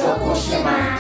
说故事吗？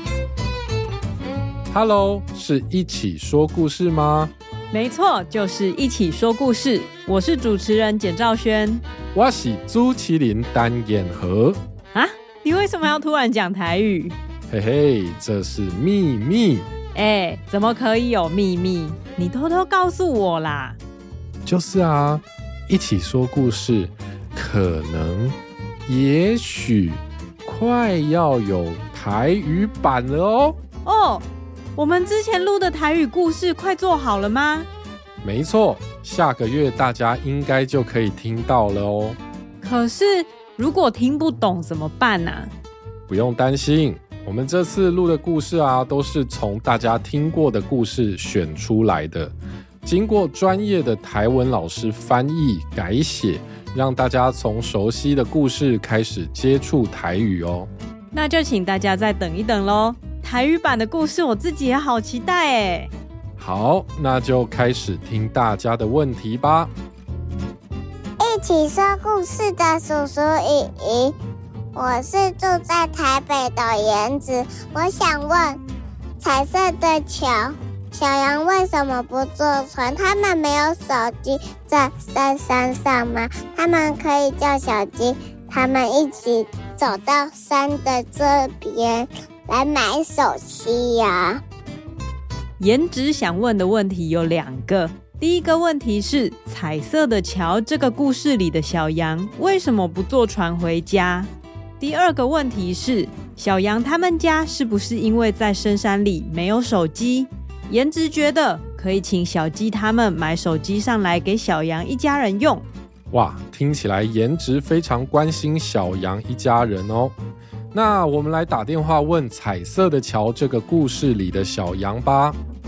Hello， 是一起说故事吗？ 没错，就是一起说故事。我是主持人简兆轩， 我是朱麒麟单眼和。 啊，你为什么要突然讲台语？ 嘿嘿，这是秘密。 怎么可以有秘密？你偷偷告诉我啦。 就是啊，一起说故事，可能，也许，快要有台语版了哦。 哦，我们之前录的台语故事快做好了吗？ 没错，下个月大家应该就可以听到了哦。 可是如果听不懂怎么办啊？ 不用担心，我们这次录的故事啊，都是从大家听过的故事选出来的，经过专业的台文老师翻译改写，让大家从熟悉的故事开始接触台语哦。 那就请大家再等一等咯，台语版的故事我自己也好期待耶。 好，那就开始听大家的问题吧。 一起说故事的叔叔姨姨，我是住在台北的颜子，我想问，彩色的桥，小羊为什么不坐船？他们没有手机在山上吗？他们可以叫小鸡，他们一起走到山的这边来买手机呀。 颜值想问的问题有2个，第一个问题是彩色的桥这个故事里的小羊为什么不坐船回家？第二个问题是小羊他们家是不是因为在深山里没有手机？颜值觉得可以请小鸡他们买手机上来给小羊一家人用。 哇，听起来颜值非常关心小羊一家人哦。那我们来打电话问彩色的桥这个故事里的小羊吧。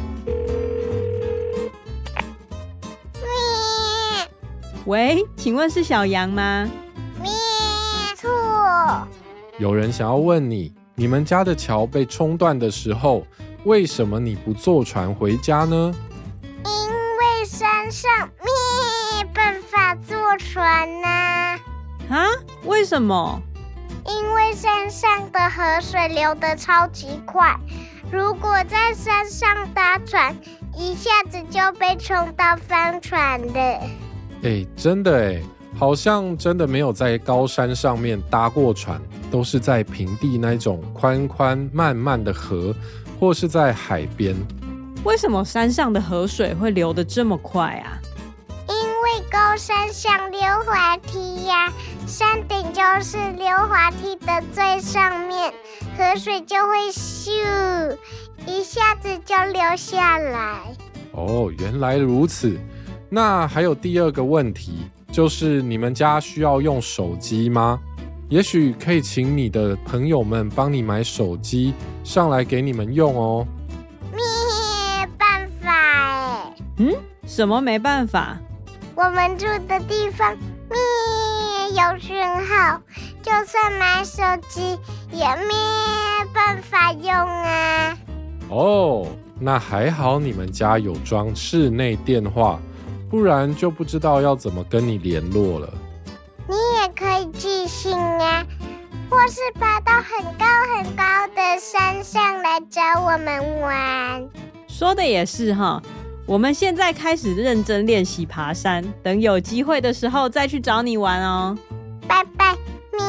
喂，请问是小羊吗？ 错。 有人想要问你，你们家的桥被冲断的时候，为什么你不坐船回家呢？ 因为山上没办法坐船啊。 啊？为什么？ 因为山上的河水流得超级快，如果在山上搭船，一下子就被冲到翻船了。 真的好像真的没有在高山上面搭过船，都是在平地那种宽宽慢慢的河，或是在海边。 为什么山上的河水会流得这么快啊？ 因为高山像溜滑梯呀，山顶就是溜滑梯的最上面，河水就会咻一下子就流下来。 哦，原来如此。那还有第二个问题，就是你们家需要用手机吗？也许可以请你的朋友们帮你买手机上来给你们用哦。 没办法什么没办法？ 我们住的地方有讯号，就算买手机也没办法用啊。 哦，那还好你们家有装室内电话，不然就不知道要怎么跟你联络了。 你也可以寄信啊，或是爬到很高很高的山上来找我们玩。 说的也是哈，我们现在开始认真练习爬山，等有机会的时候再去找你玩哦。 拜拜，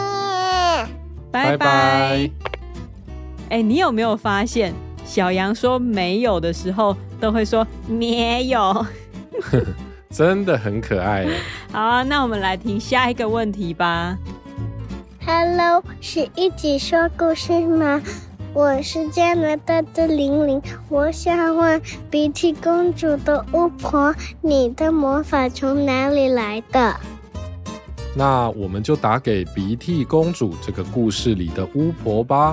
拜拜。你有没有发现，小羊说没有的时候，都会说没有。 真的很可爱耶。 好啊，那我们来听下一个问题吧。 Hello， 是一起说故事吗？我是加拿大的玲玲，我想问鼻涕公主的巫婆，你的魔法从哪里来的？ 那我们就打给鼻涕公主这个故事里的巫婆吧。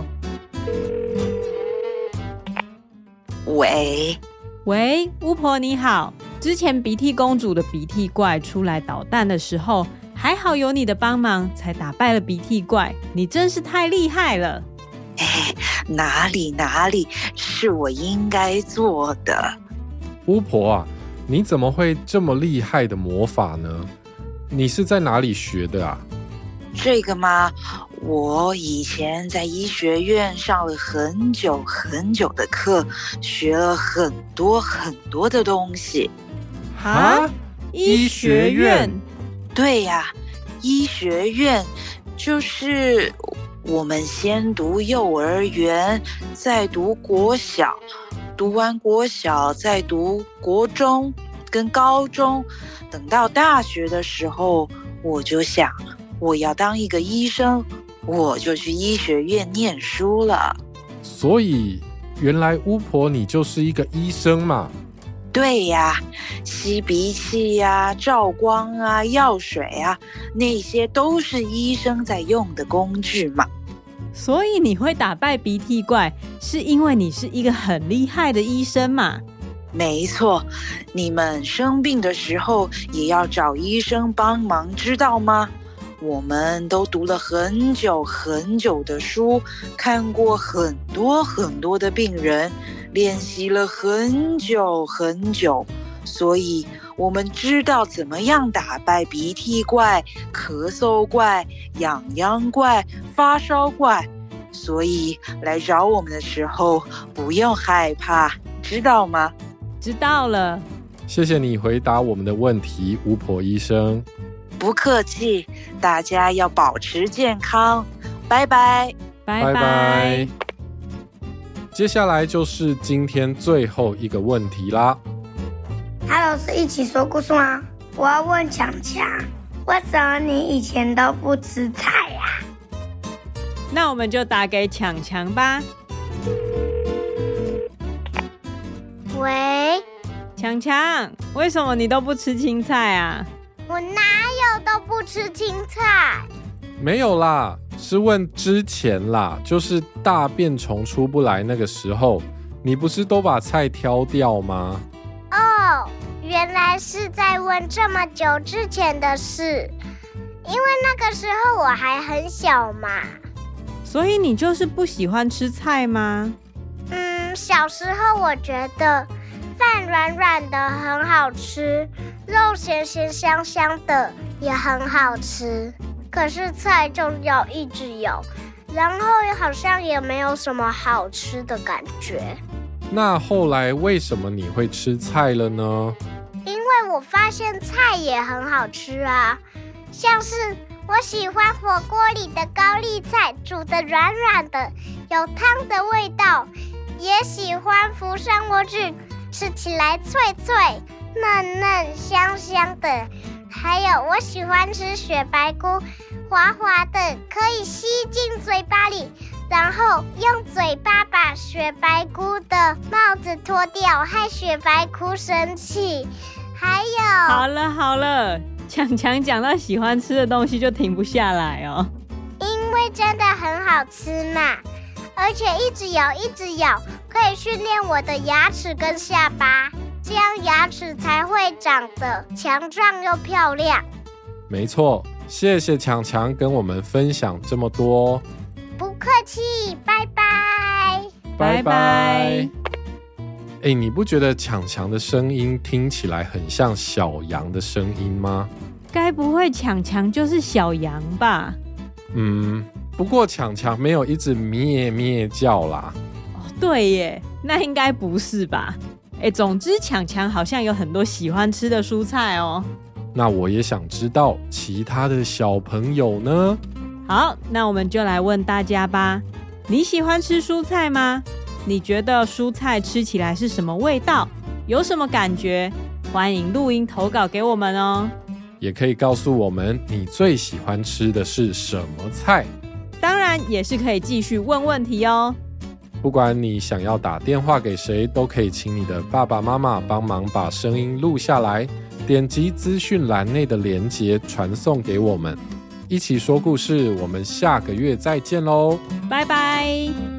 喂，巫婆你好。之前鼻涕公主的鼻涕怪出来捣蛋的时候，还好有你的帮忙，才打败了鼻涕怪。你真是太厉害了。 哪里，是我应该做的。 巫婆啊，你怎么会这么厉害的魔法呢？你是在哪里学的啊？ 这个嘛， 我以前在医学院上了很久很久的课，学了很多很多的东西。 啊？医学院？ 对呀，医学院就是我们先读幼儿园，再读国小，读完国小再读国中跟高中，等到大学的时候，我就想我要当一个医生，我就去医学院念书了。 所以原来巫婆你就是一个医生嘛？ 对呀，吸鼻器呀、照光啊、药水啊，那些都是医生在用的工具嘛。 所以你会打败鼻涕怪，是因为你是一个很厉害的医生嘛？ 没错，你们生病的时候也要找医生帮忙，知道吗？我们都读了很久很久的书，看过很多很多的病人，练习了很久很久，所以我们知道怎么样打败鼻涕怪、咳嗽怪、痒痒怪、发烧怪，所以来找我们的时候不用害怕，知道吗？ 知道了。 谢谢你回答我们的问题，巫婆医生。 不客气，大家要保持健康，拜拜， 拜拜。 接下来就是今天最后一个问题啦。 Hello， 是一起说故事吗？我要问强强，为什么你以前都不吃菜呀？ 那我们就打给强强吧。 喂， 强强，为什么你都不吃青菜啊？ 我哪有都不吃青菜？ 没有啦，是问之前啦，就是大便虫出不来那个时候，你不是都把菜挑掉吗？ 哦，原来是在问这么久之前的事，因为那个时候我还很小嘛。 所以你就是不喜欢吃菜吗？ 小时候我觉得饭软软的很好吃，肉咸咸香香的也很好吃，可是菜就要一直有，然后好像也没有什么好吃的感觉。 那后来为什么你会吃菜了呢？ 因为我发现菜也很好吃啊，像是我喜欢火锅里的高丽菜，煮得软软的，有汤的味道，也喜欢福山莴苣，吃起来脆脆嫩嫩香香的，还有我喜欢吃雪白菇，滑滑的可以吸进嘴巴里，然后用嘴巴把雪白菇的帽子脱掉，害雪白菇生气。还有， 好了，强强讲到喜欢吃的东西就停不下来哦。 因为真的很好吃嘛，而且一直咬，可以训练我的牙齿跟下巴，这样牙齿才会长得强壮又漂亮。 没错，谢谢强强跟我们分享这么多。 不客气，拜拜。 拜拜。你不觉得强强的声音听起来很像小羊的声音吗？ 该不会强强就是小羊吧？ 不过强强没有一直咩咩叫啦。 对耶，那应该不是吧？总之强强好像有很多喜欢吃的蔬菜哦。 那我也想知道其他的小朋友呢？ 好，那我们就来问大家吧。你喜欢吃蔬菜吗？你觉得蔬菜吃起来是什么味道？有什么感觉？欢迎录音投稿给我们哦。 也可以告诉我们你最喜欢吃的是什么菜。 当然也是可以继续问问题哦。 不管你想要打电话给谁，都可以请你的爸爸妈妈帮忙把声音录下来，点击资讯栏内的连结传送给我们。一起说故事，我们下个月再见喽， 拜拜。